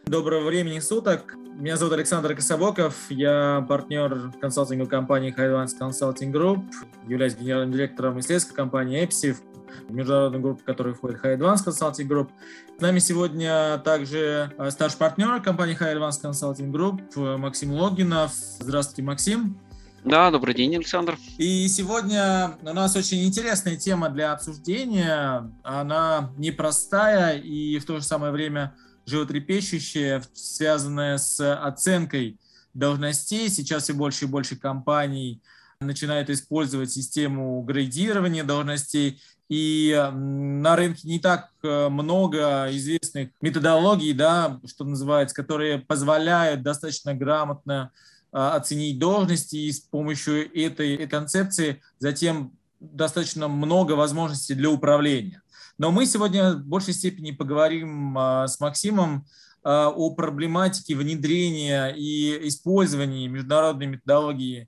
Доброго времени суток. Меня зовут Александр Кособоков. Я партнер консалтинговой компании High Advanced Consulting Group. Являюсь генеральным директором исследовательской компании EPSI, международной группы, в которой входит High Advanced Consulting Group. С нами сегодня также старший партнер компании High Advanced Consulting Group Максим Логинов. Здравствуйте, Максим. Да, добрый день, Александр. И сегодня у нас очень интересная тема для обсуждения. Она непростая и в то же самое время животрепещущая, связанная с оценкой должностей. Сейчас все больше и больше компаний начинают использовать систему грейдирования должностей. И на рынке не так много известных методологий, что называется, которые позволяют достаточно грамотно оценить должности и с помощью этой концепции затем достаточно много возможностей для управления. Но мы сегодня в большей степени поговорим с Максимом о проблематике внедрения и использования международной методологии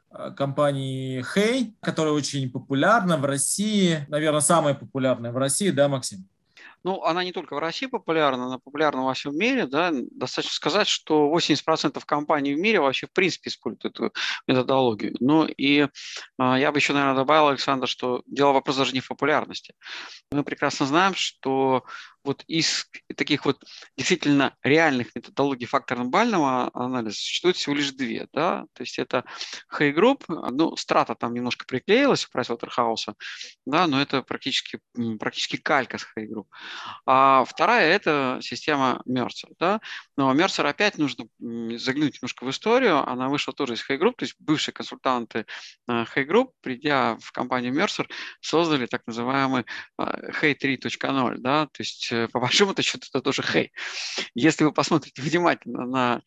компании Hay, которая очень популярна в России, наверное, самая популярная в России, да, Максим? Ну, она не только в России популярна, она популярна во всем мире. Да? Достаточно сказать, что 80% компаний в мире вообще в принципе используют эту методологию. Ну и я бы еще, наверное, добавил, Александр, что дело вопрос даже не в популярности. Мы прекрасно знаем, что вот из таких вот действительно реальных методологий факторно-бального анализа существует всего лишь две. Да? То есть это Hay Group, ну, Strata там немножко приклеилась у Pricewaterhouse, да, но это практически калька с Hay Group. А вторая – это система Mercer. Да? Но Mercer опять нужно заглянуть немножко в историю. Она вышла тоже из Hay Group, то есть бывшие консультанты Hay Group, придя в компанию Mercer, создали так называемый Hay 3.0. Да? То есть по большому счету это тоже Hay. Если вы посмотрите внимательно на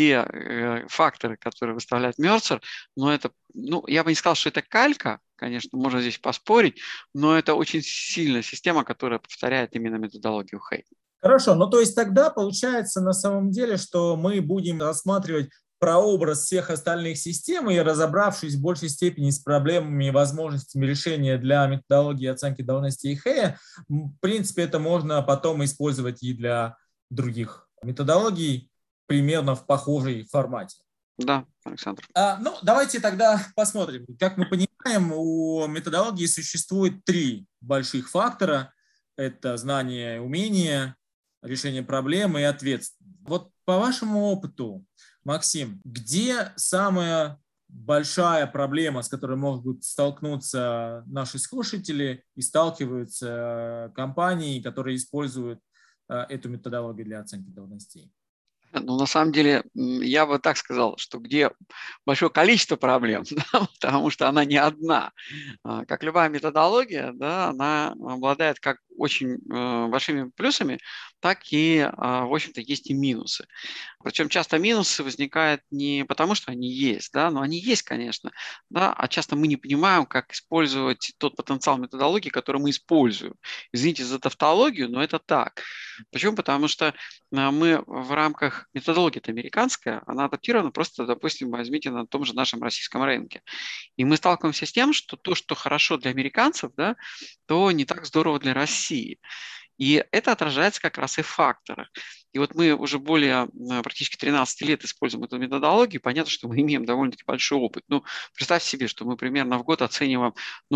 те факторы, которые выставляет Mercer, но это, я бы не сказал, что это калька, конечно, можно здесь поспорить, но это очень сильная система, которая повторяет именно методологию Hay. Хорошо, то есть тогда получается на самом деле, что мы будем рассматривать прообраз всех остальных систем и, разобравшись в большей степени с проблемами и возможностями решения для методологии оценки должностей Hay, в принципе, это можно потом использовать и для других методологий примерно в похожей формате. Да, Александр. Давайте тогда посмотрим. Как мы понимаем, у методологии существует три больших фактора. Это знание, умение, решение проблемы и ответственность. Вот по вашему опыту, Максим, где самая большая проблема, с которой могут столкнуться наши слушатели и сталкиваются компании, которые используют эту методологию для оценки должностей? На самом деле, я бы так сказал, что где большое количество проблем, да, потому что она не одна. Как любая методология, да, она обладает как очень большими плюсами, так и, в общем-то, есть и минусы. Причем часто минусы возникают не потому, что они есть, да, но они есть, конечно, да, а часто мы не понимаем, как использовать тот потенциал методологии, который мы используем. Извините за тавтологию, но это так. Почему? Потому что мы в рамках методологии-то американская, она адаптирована просто, допустим, возьмите на том же нашем российском рынке. И мы сталкиваемся с тем, что то, что хорошо для американцев, да, то не так здорово для России. И это отражается как раз и в факторах. И вот мы уже более практически 13 лет используем эту методологию. Понятно, что мы имеем довольно-таки большой опыт. Представьте себе, что мы примерно в год оцениваем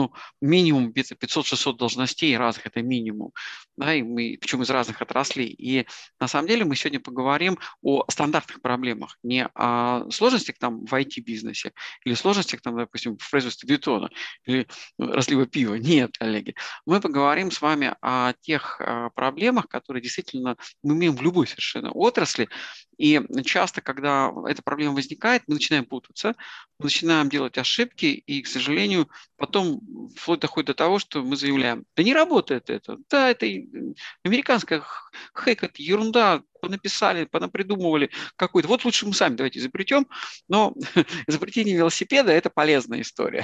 минимум 500-600 должностей разных, это минимум. Да, причем из разных отраслей. И на самом деле мы сегодня поговорим о стандартных проблемах, не о сложностях там в IT-бизнесе или сложностях там, допустим, в производстве бетона или разлива пива. Нет, коллеги. Мы поговорим с вами о тех проблемах, которые действительно мы имеем в любой совершенно отрасли. И часто, когда эта проблема возникает, мы начинаем путаться, мы начинаем делать ошибки, и, к сожалению, потом вплоть доходит до того, что мы заявляем: да не работает это, да, это американская хэк, это ерунда, понаписали, понапридумывали какой-то. Вот лучше мы сами давайте изобретем, но изобретение велосипеда – это полезная история.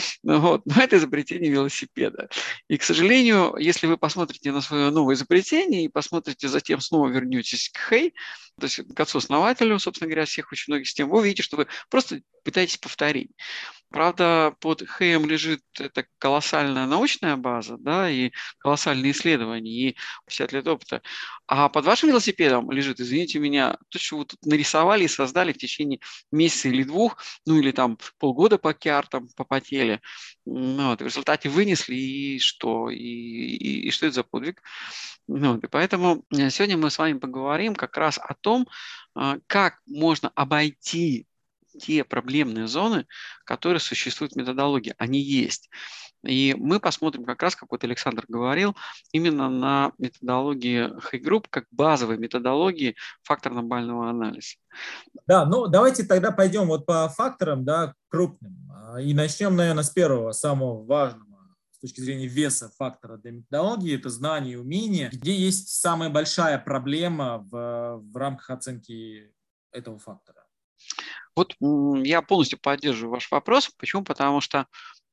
Но это изобретение велосипеда. И, к сожалению, если вы посмотрите на свое новое изобретение и посмотрите, затем снова вернетесь к Hay, то есть к отцу-основателю, собственно говоря, всех очень многих систем, вы увидите, что вы просто пытаетесь повторить. Правда, под Хэем лежит эта колоссальная научная база, да, и колоссальные исследования, и 50 лет опыта. А под вашим велосипедом лежит, извините меня, то, что вы тут нарисовали и создали в течение месяца или двух, ну или там полгода по картам попотели. Ну, вот, и в результате вынесли, и что? И что это за подвиг? Ну, вот, и поэтому сегодня мы с вами поговорим как раз о том, как можно обойти те проблемные зоны, которые существуют в методологии. Они есть. И мы посмотрим как раз, как вот Александр говорил, именно на методологии High Group как базовой методологии факторно-бального анализа. Да, ну давайте тогда пойдем вот по факторам, да, крупным. И начнем, наверное, с первого, самого важного с точки зрения веса фактора для методологии, это знание и умение. Где есть самая большая проблема в рамках оценки этого фактора? Вот я полностью поддерживаю ваш вопрос. Почему? Потому что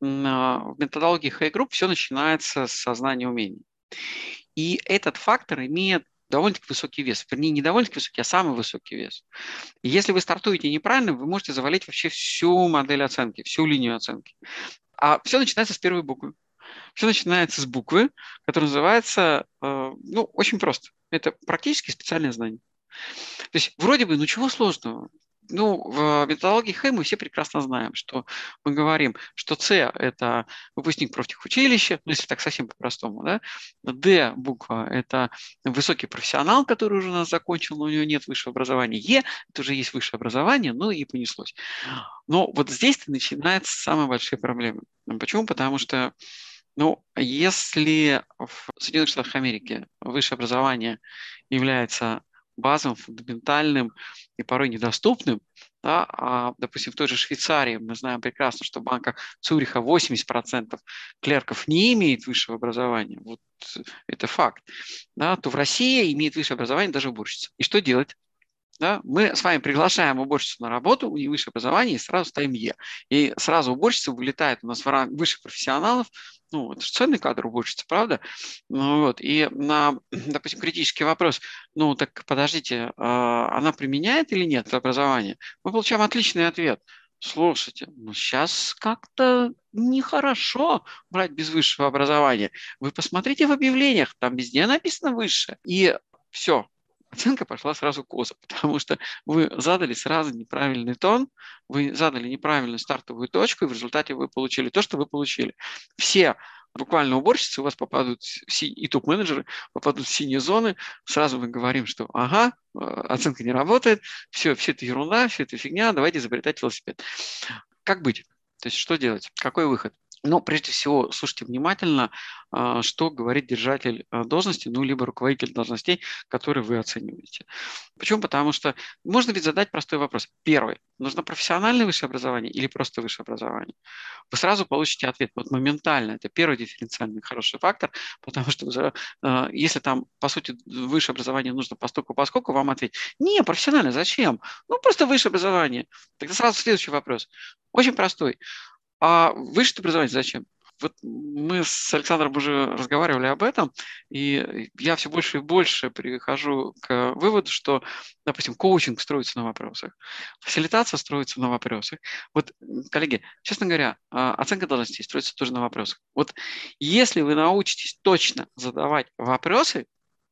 в методологии High Group все начинается с сознания умений. И этот фактор имеет довольно-таки высокий вес. Вернее, не довольно-таки высокий, а самый высокий вес. И если вы стартуете неправильно, вы можете завалить вообще всю модель оценки, всю линию оценки. А все начинается с первой буквы. Все начинается с буквы, которая называется, ну, очень просто. Это практически специальное знание. То есть вроде бы, ну чего сложного? Ну, в методологии Хэй мы все прекрасно знаем, что мы говорим, что С– это выпускник профтехучилища, ну, если так совсем по-простому, да. Д буква– это высокий профессионал, который уже у нас закончил, но у него нет высшего образования. Е– это уже есть высшее образование, ну и понеслось. Но вот здесь-то начинаются самые большие проблемы. Почему? Потому что, ну, если в Соединенных Штатах Америки высшее образование является базовым, фундаментальным и порой недоступным, да, допустим, в той же Швейцарии мы знаем прекрасно, что в банках Цюриха 80% клерков не имеет высшего образования, вот это факт, да, то в России имеет высшее образование даже уборщица. И что делать? Да, мы с вами приглашаем уборщицу на работу, у нее высшее образование, и сразу ставим Е. И сразу уборщица вылетает у нас в ранг высших профессионалов. Ну, это же ценный кадр уборщица, правда? Ну, вот. И на, допустим, критический вопрос, ну, так подождите, она применяет или нет это образование? Мы получаем отличный ответ. Слушайте, ну сейчас как-то нехорошо брать без высшего образования. Вы посмотрите в объявлениях, там везде написано высшее. И все, оценка пошла сразу косо, потому что вы задали сразу неправильный тон, вы задали неправильную стартовую точку, и в результате вы получили то, что вы получили. Все буквально уборщицы у вас попадут, и топ-менеджеры попадут в синие зоны, сразу мы говорим, что ага, оценка не работает, все это ерунда, все это фигня, давайте изобретать велосипед. Как быть? То есть что делать? Какой выход? Но прежде всего слушайте внимательно, что говорит держатель должности, ну, либо руководитель должностей, которые вы оцениваете. Почему? Потому что можно ведь задать простой вопрос. Первый. Нужно профессиональное высшее образование или просто высшее образование? Вы сразу получите ответ вот моментально. Это первый дифференциальный хороший фактор, потому что если там, по сути, высшее образование нужно поскольку вам ответить, не, профессионально, зачем? Ну, просто высшее образование. Тогда сразу следующий вопрос. Очень простой. А высшее образование зачем? Вот мы с Александром уже разговаривали об этом, и я все больше и больше прихожу к выводу, что, допустим, коучинг строится на вопросах, фасилитация строится на вопросах. Вот, коллеги, честно говоря, оценка должностей строится тоже на вопросах. Вот если вы научитесь точно задавать вопросы,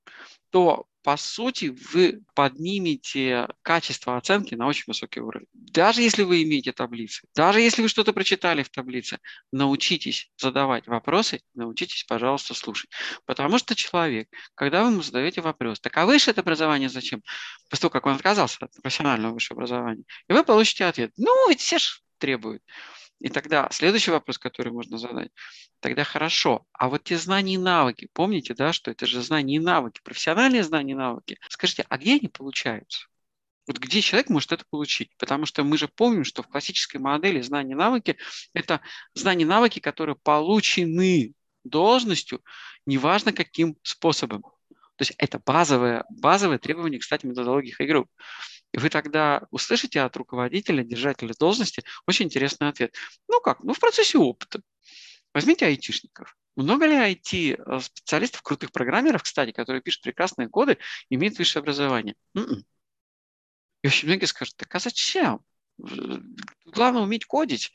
то, по сути, вы поднимете качество оценки на очень высокий уровень. Даже если вы имеете таблицы, даже если вы что-то прочитали в таблице, научитесь задавать вопросы, научитесь, пожалуйста, слушать. Потому что человек, когда вы ему задаете вопрос, так а высшее это образование зачем? После того, как он отказался от профессионального высшего образования, и вы получите ответ, ну, ведь все же требуют. И тогда следующий вопрос, который можно задать, тогда хорошо, а вот те знания и навыки, помните, да, что это же знания и навыки, профессиональные знания и навыки, скажите, а где они получаются? Вот где человек может это получить? Потому что мы же помним, что в классической модели знания и навыки– это знания и навыки, которые получены должностью, неважно каким способом. То есть это базовое требование, кстати, методологии High Group. И вы тогда услышите от руководителя, держателя должности очень интересный ответ. Ну как? Ну в процессе опыта. Возьмите айтишников. Много ли IT-специалистов, крутых программеров, кстати, которые пишут прекрасные коды, имеют высшее образование? И очень многие скажут, так а зачем? Главное уметь кодить.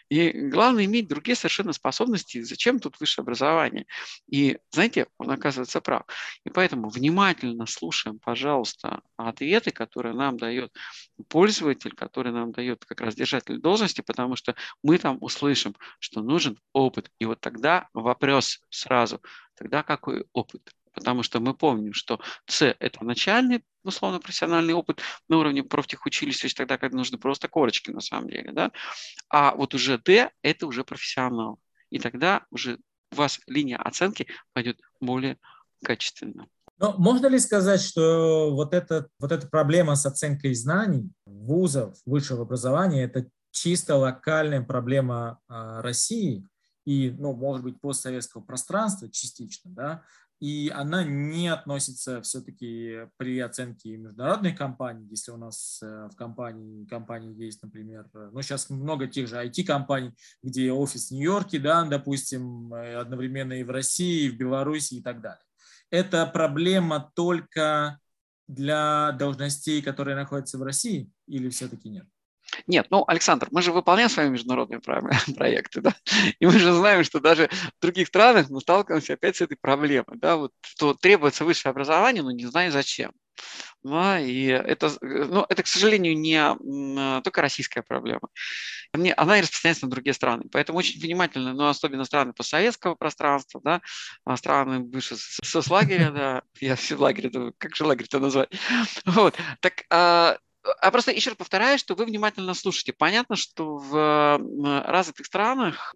И главное иметь другие совершенно способности. Зачем тут высшее образование? И знаете, он оказывается прав. И поэтому внимательно слушаем, пожалуйста, ответы, которые нам дает пользователь, который нам дает как раз держатель должности, потому что мы там услышим, что нужен опыт. И вот тогда вопрос сразу, тогда какой опыт? Потому что мы помним, что С– это начальный, условно-профессиональный опыт на уровне профтехучилища, то есть тогда, когда нужны просто корочки на самом деле, да? А вот уже Д– это уже профессионал. И тогда уже у вас линия оценки пойдет более качественно. Но можно ли сказать, что вот эта проблема с оценкой знаний вузов высшего образования – это чисто локальная проблема России и, ну, может быть, постсоветского пространства частично, да, и она не относится все-таки при оценке международных компаний, если у нас в компании есть, например, ну, сейчас много тех же IT-компаний, где офис в Нью-Йорке, да, допустим, одновременно и в России, и в Беларуси и так далее. Это проблема только для должностей, которые находятся в России, или все-таки нет? Нет, ну, Александр, мы же выполняем свои международные проекты, да, и мы же знаем, что даже в других странах мы сталкиваемся опять с этой проблемой, да, вот, что требуется высшее образование, но не знаю зачем. Да, и это, ну, это, к сожалению, не только российская проблема. Она и распространяется на другие страны. Поэтому очень внимательно, но особенно страны постсоветского пространства, да, страны бывшего соцлагеря, да, я все лагерь, как же лагерь-то назвать? Вот, так, просто еще раз повторяю, что вы внимательно слушаете. Понятно, что в развитых странах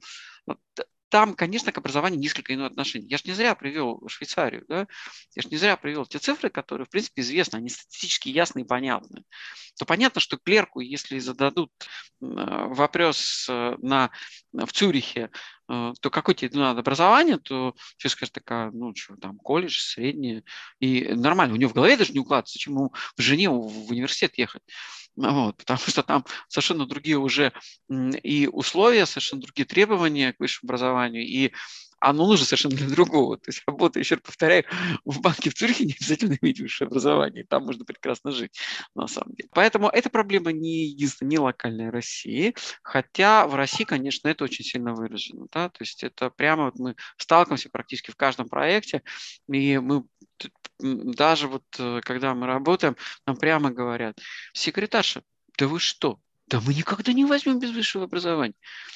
там, конечно, к образованию несколько иное отношение. Я же не зря привел Швейцарию, да? Я же не зря привел те цифры, которые, в принципе, известны, они статистически ясны и понятны. То понятно, что клерку, если зададут вопрос в Цюрихе, то какое тебе надо образование, то все скажет такая, ну что там, колледж, среднее, и нормально, у него в голове даже не укладывается, зачем ему в Женеву в университет ехать. Вот, потому что там совершенно другие уже и условия, совершенно другие требования к высшему образованию, и оно нужно совершенно для другого. То есть работа, еще раз повторяю, в банке в Цюрихе не обязательно иметь высшее образование, там можно прекрасно жить, на самом деле. Поэтому эта проблема не единственная, не локальная России, хотя в России, конечно, это очень сильно выражено. Да? То есть это прямо вот мы сталкиваемся практически в каждом проекте, и мы даже вот когда мы работаем, нам прямо говорят: секретарша, да вы что? Да мы никогда не возьмем без высшего образования.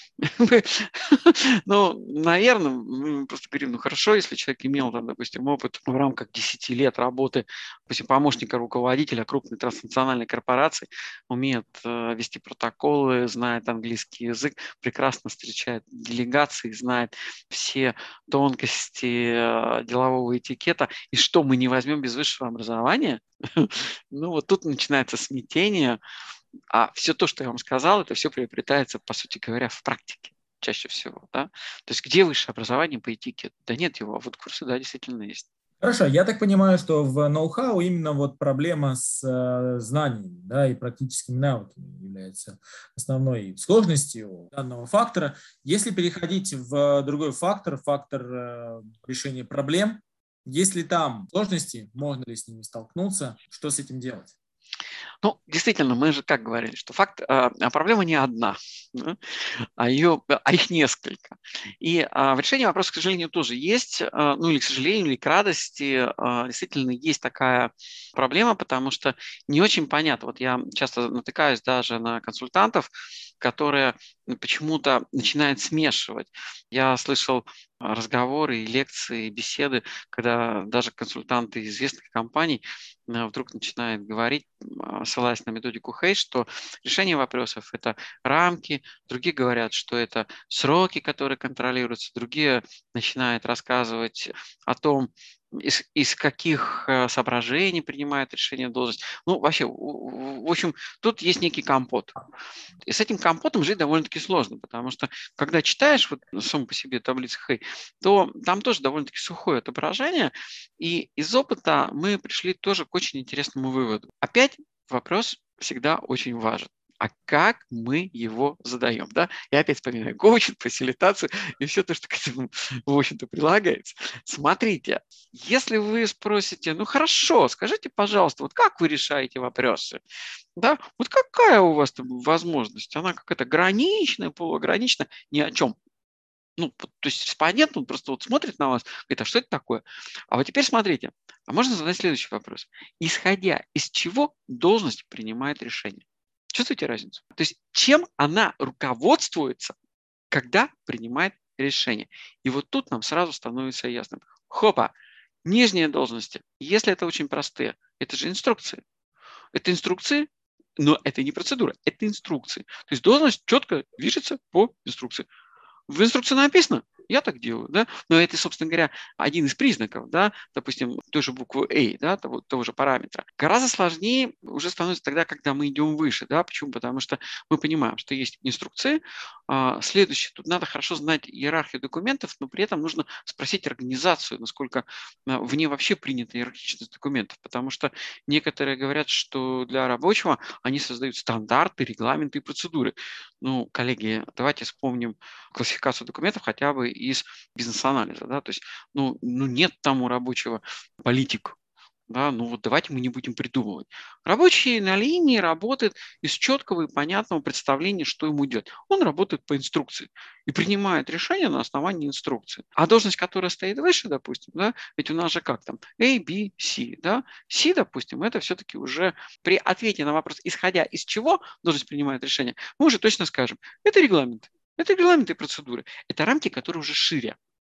Ну, наверное, мы просто говорим, ну хорошо, если человек имел, там, допустим, опыт в рамках 10 лет работы, допустим, помощника руководителя крупной транснациональной корпорации, умеет вести протоколы, знает английский язык, прекрасно встречает делегации, знает все тонкости делового этикета, и что мы не возьмем без высшего образования? Ну, вот тут начинается смятение. А все то, что я вам сказал, это все приобретается, по сути говоря, в практике чаще всего. Да? То есть где высшее образование по этикету? Да нет его, а вот курсы, да, действительно есть. Хорошо, я так понимаю, что в ноу-хау именно вот проблема с знаниями, да, и практическими навыками является основной сложностью данного фактора. Если переходить в другой фактор, решения проблем, если там сложности, можно ли с ними столкнуться, что с этим делать? Ну, действительно, мы же как говорили, что проблема не одна, да, а их несколько. И в решении вопроса, к сожалению, тоже есть, ну или к сожалению, или к радости, действительно есть такая проблема, потому что не очень понятно. Вот я часто натыкаюсь даже на консультантов, которые почему-то начинают смешивать. Я слышал разговоры, и лекции, и беседы, когда даже консультанты известных компаний вдруг начинают говорить, ссылаясь на методику Hayes, что решение вопросов – это рамки, другие говорят, что это сроки, которые контролируются, другие начинают рассказывать о том, из каких соображений принимают решение должность. Ну, вообще, в общем, тут есть некий компот. И с этим компотом жить довольно-таки сложно, потому что, когда читаешь вот сам по себе таблицу Хэй, то там тоже довольно-таки сухое отображение, и из опыта мы пришли тоже к очень интересному выводу. Опять вопрос всегда очень важен. а как мы его задаем, да? Я опять вспоминаю коучинг, фасилитацию и все то, что к этому, в общем-то, прилагается. Смотрите, если вы спросите, ну хорошо, скажите, пожалуйста, вот как вы решаете вопросы? Да, вот какая у вас там возможность? Она какая-то граничная, полуграничная, ни о чем. Ну, то есть респондент, он просто вот смотрит на вас, говорит, а что это такое? А вот теперь смотрите, а можно задать следующий вопрос. Исходя из чего должность принимает решение? Чувствуете разницу? То есть чем она руководствуется, когда принимает решение? И вот тут нам сразу становится ясно. Хопа, нижние должности, если это очень простые, это же инструкции. Это инструкции, но это не процедура, это инструкции. То есть должность четко движется по инструкции. В инструкции написано, я так делаю, да, но это, собственно говоря, один из признаков, да, допустим, той же буквы A, да, того же параметра. Гораздо сложнее уже становится тогда, когда мы идем выше, да, почему? Потому что мы понимаем, что есть инструкции. Следующее, тут надо хорошо знать иерархию документов, но при этом нужно спросить организацию, насколько в ней вообще принята иерархичность документов, потому что некоторые говорят, что для рабочего они создают стандарты, регламенты и процедуры. Ну, коллеги, давайте вспомним классификацию документов хотя бы из бизнес-анализа, да, то есть, ну нет там у рабочего политик, да, ну вот давайте мы не будем придумывать. Рабочий на линии работает из четкого и понятного представления, что ему делать. Он работает по инструкции и принимает решения на основании инструкции. А должность, которая стоит выше, допустим, да, ведь у нас же как там, A, B, C, да, C, допустим, это все-таки уже при ответе на вопрос, исходя из чего должность принимает решение, мы уже точно скажем, это регламент. Это регламенты и процедуры. Это рамки, которые уже шире.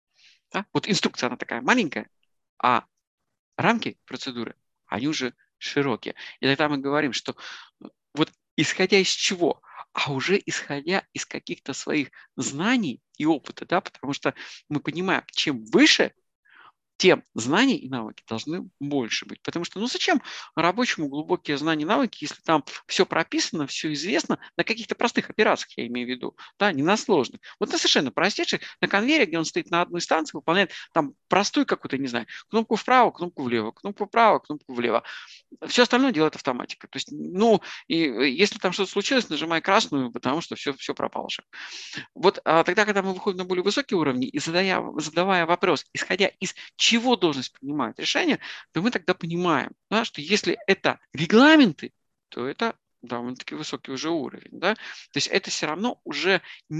Да? Вот инструкция, она такая маленькая, а рамки, процедуры, они уже широкие. И тогда мы говорим, что вот исходя из чего? А уже исходя из каких-то своих знаний и опыта, да, потому что мы понимаем, чем выше, тем знания и навыки должны больше быть. Потому что, ну зачем рабочему глубокие знания и навыки, если там все прописано, все известно, на каких-то простых операциях, я имею в виду, да, не на сложных. Вот на совершенно простейших, на конвейере, где он стоит на одной станции, выполняет там простую какую-то, не знаю, кнопку вправо, кнопку влево, кнопку вправо, кнопку влево. Все остальное делает автоматика. То есть, ну, и если там что-то случилось, нажимай красную, потому что все пропало. Вот тогда, когда мы выходим на более высокие уровни и задавая вопрос, исходя из чего должность принимает решение, то мы тогда понимаем, да, что если это регламенты, то это довольно-таки высокий уже уровень. Да? То есть это все равно уже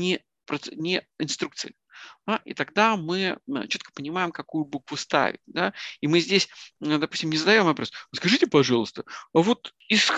не инструкции. Да, и тогда мы четко понимаем, какую букву ставить. Да? И мы здесь, допустим, не задаем вопрос, скажите, пожалуйста, а вот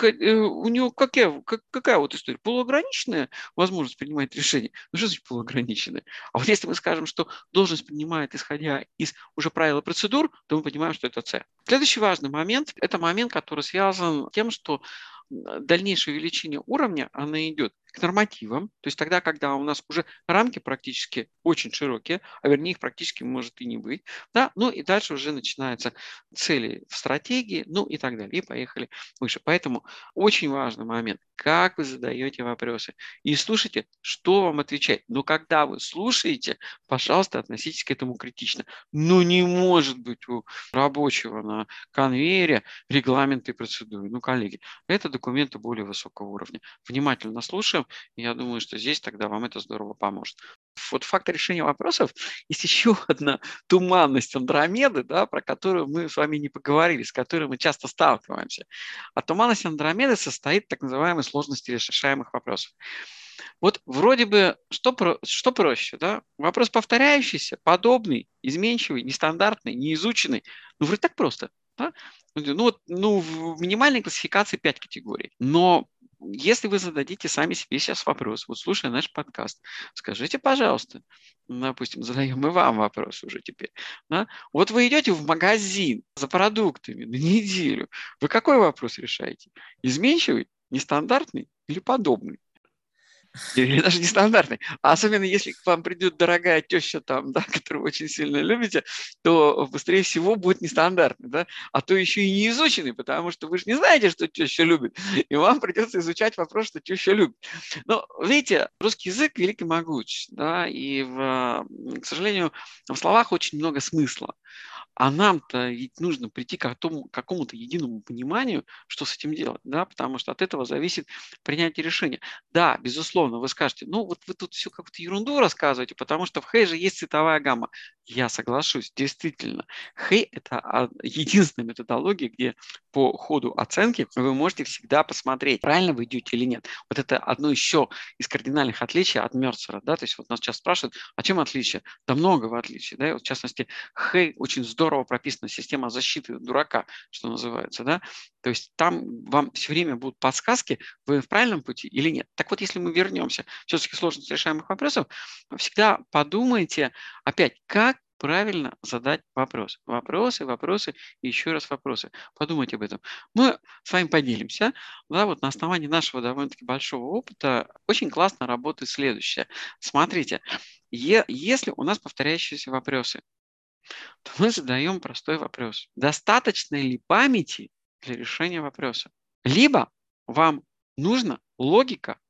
у него какая вот история? Полуограниченная возможность принимать решения? Ну, что значит полуограниченная? А вот если мы скажем, что должность принимает, исходя из уже правил и процедур, то мы понимаем, что это С. Следующий важный момент – это момент, который связан с тем, что дальнейшее увеличение уровня, оно идет к нормативам, то есть тогда, когда у нас уже рамки практически очень широкие, а вернее их практически может и не быть, да, ну и дальше уже начинаются цели в стратегии, ну и так далее, и поехали выше. Поэтому очень важный момент, как вы задаете вопросы, и слушайте, что вам отвечать. Но когда вы слушаете, пожалуйста, относитесь к этому критично. Ну не может быть у рабочего на конвейере регламенты и процедуры. Ну, коллеги, это документы более высокого уровня. Внимательно слушаем, и я думаю, что здесь тогда вам это здорово поможет. Вот фактор решения вопросов есть еще одна туманность Андромеды, да, про которую мы с вами не поговорили, с которой мы часто сталкиваемся. А туманность Андромеды состоит в так называемой сложности решаемых вопросов. Вот вроде бы что проще, да? Вопрос повторяющийся, подобный, изменчивый, нестандартный, неизученный. Ну, вроде так просто. Да? В минимальной классификации 5 категорий. Но если вы зададите сами себе сейчас вопрос, вот слушая наш подкаст, скажите, пожалуйста, допустим, задаем мы вам вопрос уже теперь. Да? Вот вы идете в магазин за продуктами на неделю. Вы какой вопрос решаете? Изменчивый, нестандартный или подобный? Или даже нестандартный. А особенно если к вам придет дорогая теща там, да, которую вы очень сильно любите, то быстрее всего будет нестандартный, да, а то еще и не изученный, потому что вы же не знаете, что теща любит, и вам придется изучать вопрос, что теща любит. Но, видите, русский язык великий могуч, да, и, к сожалению, в словах очень много смысла. А нам-то ведь нужно прийти к какому-то единому пониманию, что с этим делать, да, потому что от этого зависит принятие решения. Да, безусловно, вы скажете, ну вот вы тут всю какую-то ерунду рассказываете, потому что в Хэй же есть цветовая гамма. Я соглашусь, действительно. Хэй – это единственная методология, где по ходу оценки вы можете всегда посмотреть, правильно вы идете или нет. Вот это одно еще из кардинальных отличий от Мерцера, да, то есть вот нас сейчас спрашивают, а чем отличие? Да многого отличий, да, и вот в частности, Хэй очень здорово прописана система защиты дурака, что называется, да, то есть там вам все время будут подсказки, вы в правильном пути или нет. Так вот, если мы вернемся все-таки к сложности решаемых вопросов, всегда подумайте опять, как правильно задать вопрос. Вопросы, вопросы и еще раз вопросы. Подумайте об этом. Мы с вами поделимся. Да, вот на основании нашего довольно-таки большого опыта очень классно работает следующее. Смотрите, если у нас повторяющиеся вопросы, то мы задаем простой вопрос. Достаточно ли памяти для решения вопроса? Либо вам нужна логика,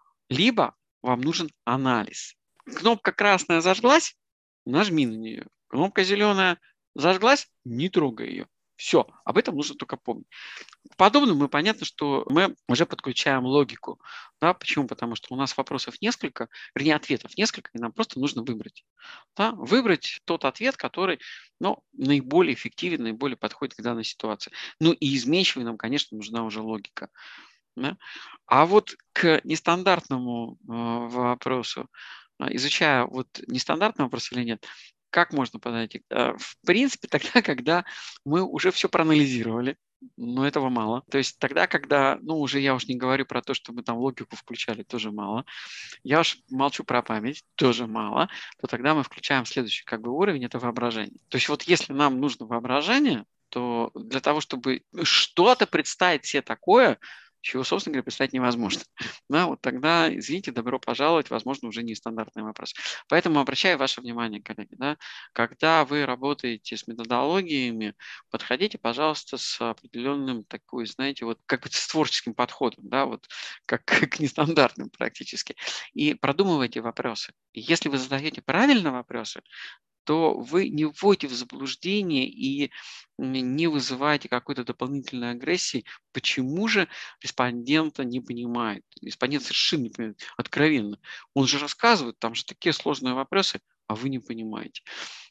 либо вам нужен анализ. Кнопка красная зажглась, нажми на нее. Кнопка зеленая зажглась, не трогай ее. Все, об этом нужно только помнить. Подобно понятно, что мы уже подключаем логику. Да? Почему? Потому что у нас вопросов несколько, вернее, ответов несколько, и нам просто нужно выбрать. Да? Выбрать тот ответ, который наиболее эффективен, наиболее подходит к данной ситуации. Ну и изменчивой нам, конечно, нужна уже логика. Да? А вот к нестандартному вопросу, изучая вот нестандартный вопрос или нет, как можно подойти? В принципе, тогда, когда мы уже все проанализировали, но этого мало. То есть тогда, когда, я уж не говорю про то, что мы там логику включали, тоже мало. Я уж молчу про память, тоже мало. То тогда мы включаем следующий уровень, это воображение. То есть вот если нам нужно воображение, то для того, чтобы что-то представить себе такое, чего, собственно говоря, представить невозможно. Да, вот тогда, извините, добро пожаловать, возможно, уже нестандартный вопрос. Поэтому обращаю ваше внимание, коллеги, да, когда вы работаете с методологиями, подходите, пожалуйста, с определенным такой, знаете, вот как бы с творческим подходом, да, вот как к нестандартным практически, и продумывайте вопросы. И если вы задаете правильные вопросы, то вы не вводите в заблуждение и не вызываете какой-то дополнительной агрессии. Почему же респондента не понимает? Респондент совершенно не понимает, откровенно. Он же рассказывает, там же такие сложные вопросы, а вы не понимаете.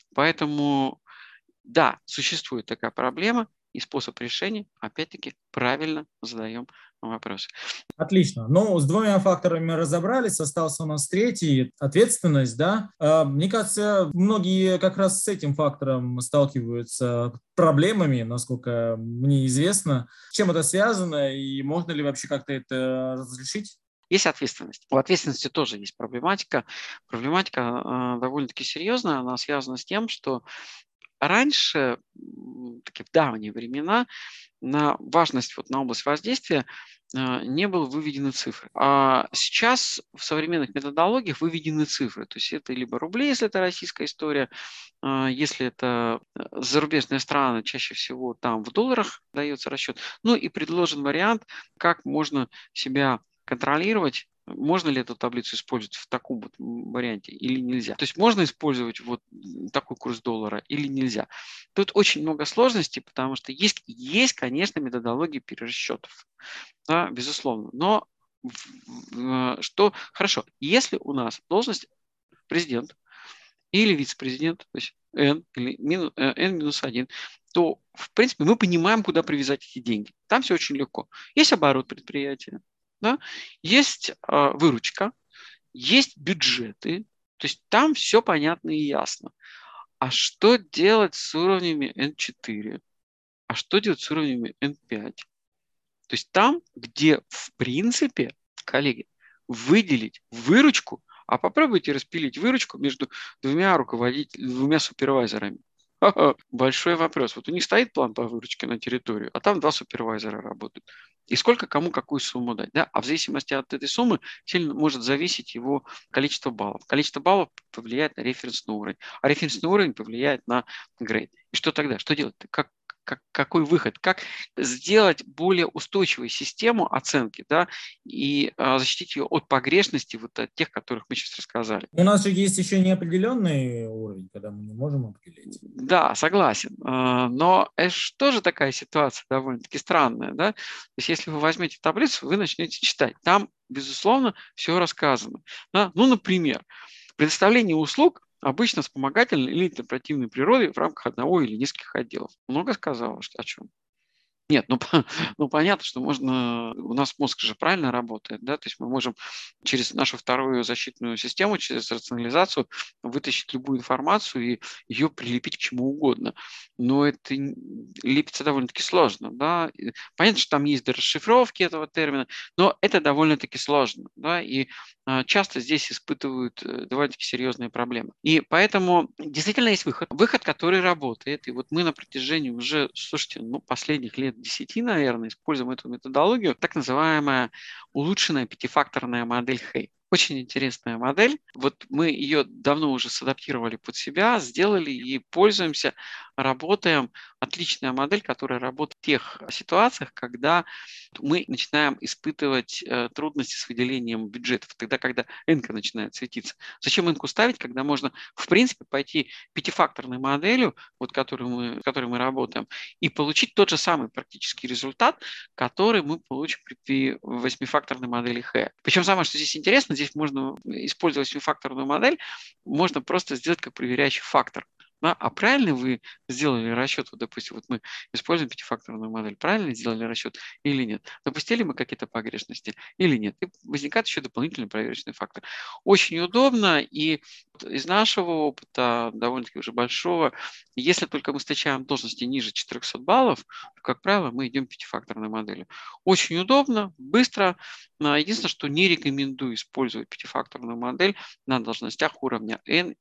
Поэтому, да, существует такая проблема, и способ решения, опять-таки, правильно задаем вопросы. Отлично. Ну, с двумя факторами разобрались, остался у нас третий – ответственность, да. Мне кажется, многие как раз с этим фактором сталкиваются проблемами, насколько мне известно. С чем это связано и можно ли вообще как-то это разрешить? Есть ответственность. У ответственности тоже есть проблематика. Проблематика довольно-таки серьезная. Она связана с тем, что раньше, таки в давние времена, на важность на область воздействия не было выведены цифры. А сейчас в современных методологиях выведены цифры. То есть это либо рубли, если это российская история, если это зарубежные страны, чаще всего там в долларах дается расчет. Ну и предложен вариант, как можно себя контролировать, можно ли эту таблицу использовать в таком вот варианте или нельзя. То есть можно использовать вот такой курс доллара или нельзя. Тут очень много сложностей, потому что есть, конечно, методологии перерасчетов, да, безусловно. Но что хорошо, если у нас должность президент или вице-президент, то есть N или N-1, то, в принципе, мы понимаем, куда привязать эти деньги. Там все очень легко. Есть оборот предприятия, да? Есть выручка, есть бюджеты, то есть там все понятно и ясно. А что делать с уровнями N4? А что делать с уровнями N5? То есть там, где в принципе, коллеги, выделить выручку, а попробуйте распилить выручку между двумя супервайзерами. Большой вопрос. Вот у них стоит план по выручке на территорию, а там 2 супервайзера работают. И сколько кому какую сумму дать. Да? А в зависимости от этой суммы сильно может зависеть его количество баллов. Количество баллов повлияет на референсный уровень, а референсный уровень повлияет на грейд. И что тогда? Что делать? Как какой выход, как сделать более устойчивую систему оценки, да, и защитить ее от погрешностей, вот от тех, которых мы сейчас рассказали. У нас же есть еще неопределенный уровень, когда мы не можем определить. Да, согласен. Но это же тоже такая ситуация довольно-таки странная, да. То есть если вы возьмете таблицу, вы начнете читать. Там, безусловно, все рассказано. Да? Ну, например, предоставление услуг обычно вспомогательной или интерпретативной природы в рамках одного или нескольких отделов. Много сказала, что о чем? Нет, ну понятно, что можно, у нас мозг же правильно работает, да, то есть мы можем через нашу вторую защитную систему, через рационализацию вытащить любую информацию и ее прилепить к чему угодно. Но это лепится довольно-таки сложно, да. Понятно, что там есть расшифровки этого термина, но это довольно-таки сложно, да, и часто здесь испытывают довольно-таки серьезные проблемы. И поэтому действительно есть выход. Выход, который работает. И вот мы на протяжении уже, слушайте, последних лет 10, наверное, используем эту методологию, так называемая улучшенная пятифакторная модель Hay. Очень интересная модель. Вот мы ее давно уже садаптировали под себя, сделали и пользуемся, работаем. Отличная модель, которая работает в тех ситуациях, когда мы начинаем испытывать трудности с выделением бюджетов, тогда, когда N-ка начинает светиться. Зачем N-ку ставить, когда можно, в принципе, пойти пятифакторной моделью, вот, с которой мы работаем, и получить тот же самый практический результат, который мы получим при восьмифакторной модели H. Причем самое, что здесь интересно, здесь можно использовать восьмифакторную модель, можно просто сделать как проверяющий фактор. Да, а правильно вы сделали расчет, вот, допустим, вот мы используем пятифакторную модель, правильно сделали расчет или нет? Допустили мы какие-то погрешности или нет? И возникает еще дополнительный проверочный фактор. Очень удобно, и из нашего опыта, довольно-таки уже большого, если только мы встречаем должности ниже 400 баллов, то, как правило, мы идем пятифакторной моделью. Очень удобно, быстро. Единственное, что не рекомендую использовать пятифакторную модель на должностях уровня N,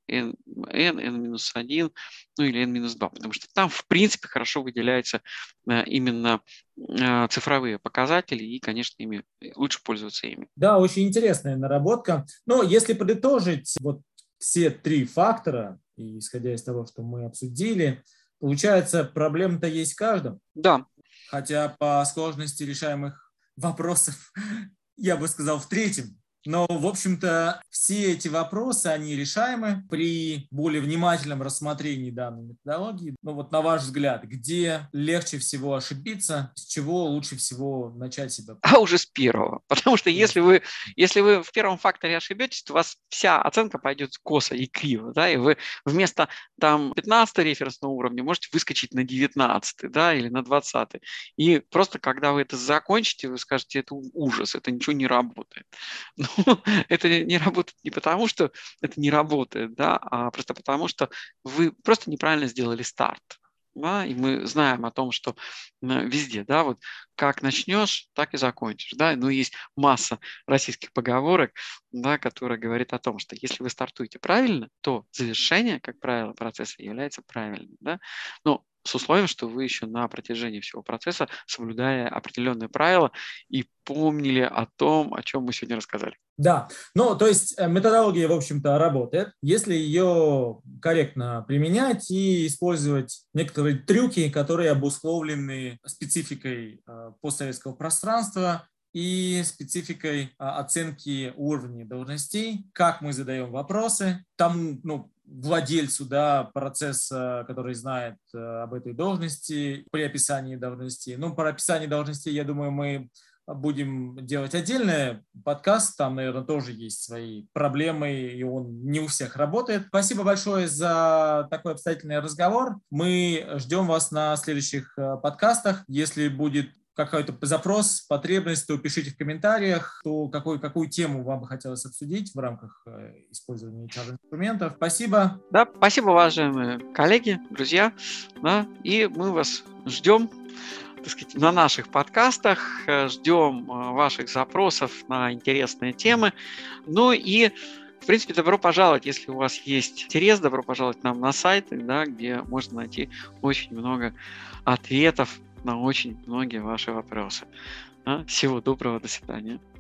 N-1, ну или N-2, потому что там, в принципе, хорошо выделяются именно цифровые показатели, и, конечно, ими лучше пользоваться ими. Да, очень интересная наработка. Но если подытожить вот все три фактора, и исходя из того, что мы обсудили, получается, проблем-то есть в каждом. Да. Хотя по сложности решаемых вопросов, я бы сказал, в третьем. Но, в общем-то, все эти вопросы, они решаемы при более внимательном рассмотрении данной методологии. Ну вот на ваш взгляд, где легче всего ошибиться, с чего лучше всего начать себя? А уже с первого. Потому что если вы в первом факторе ошибетесь, то у вас вся оценка пойдет косо и криво. Да, и вы вместо там 15 референсного уровня можете выскочить на 19, да, или на 20. И просто когда вы это закончите, вы скажете, это ужас, это ничего не работает. Это не работает не потому, что это не работает, да, а просто потому, что вы просто неправильно сделали старт. Да, и мы знаем о том, что везде, да, вот как начнешь, так и закончишь, да, но есть масса российских поговорок, да, которые говорят о том, что если вы стартуете правильно, то завершение, как правило, процесса является правильным, да, но с условием, что вы еще на протяжении всего процесса, соблюдая определенные правила и помнили о том, о чем мы сегодня рассказали. Да, ну то есть методология, в общем-то, работает, если ее корректно применять и использовать некоторые трюки, которые обусловлены спецификой постсоветского пространства и спецификой оценки уровней должностей, как мы задаем вопросы тому, владельцу, да, процесса, который знает об этой должности при описании должности. Про описание должностей, я думаю, мы будем делать отдельный подкаст, там, наверное, тоже есть свои проблемы, и он не у всех работает. Спасибо большое за такой обстоятельный разговор. Мы ждем вас на следующих подкастах. Если будет какой-то запрос, потребность, то пишите в комментариях, какую тему вам бы хотелось обсудить в рамках использования HR-инструментов. Спасибо. Да, спасибо, уважаемые коллеги, друзья. Да, и мы вас ждем, так сказать, на наших подкастах, ждем ваших запросов на интересные темы. Ну и, в принципе, добро пожаловать, если у вас есть интерес, добро пожаловать к нам на сайт, да, где можно найти очень много ответов на очень многие ваши вопросы. Всего доброго, до свидания.